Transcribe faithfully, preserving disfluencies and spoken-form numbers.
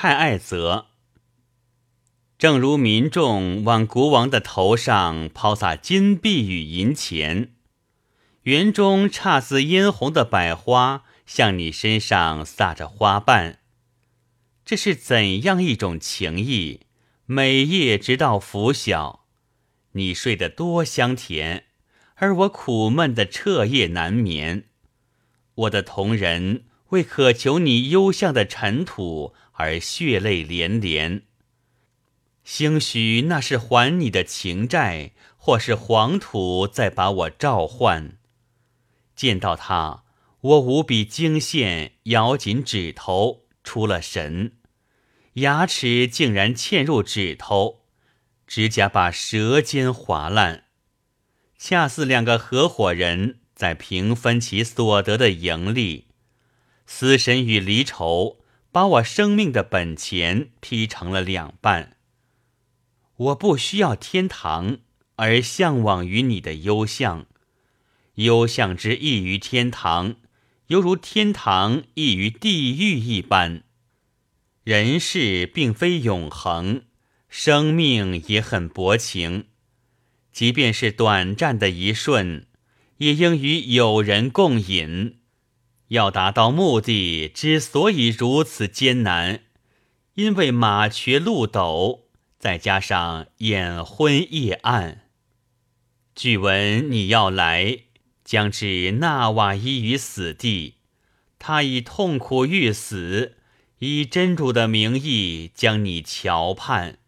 太爱泽。正如民众往国王的头上抛洒金币与银钱，园中姹紫嫣红的百花向你身上撒着花瓣，这是怎样一种情谊，每夜直到拂晓，你睡得多香甜，而我苦闷的彻夜难眠。我的同人为渴求你幽香的尘土而血泪连连，兴许那是还你的情债，或是黄土在把我召唤。见到他，我无比惊羡，咬紧指头，出了神，牙齿竟然嵌入指头，指甲把舌尖划烂，恰似两个合伙人在平分其所得的盈利。死神与离愁把我生命的本钱劈成了两半。我不需要天堂，而向往于你的幽香。幽香之异于天堂，犹如天堂异于地狱一般。人世并非永恒，生命也很薄情，即便是短暂的一瞬，也应与友人共饮。要达到目的之所以如此艰难，因为马瘸鹿斗，再加上眼昏夜暗。据闻你要来，将置纳瓦伊于死地，他以痛苦欲死，以真主的名义将你瞧盼。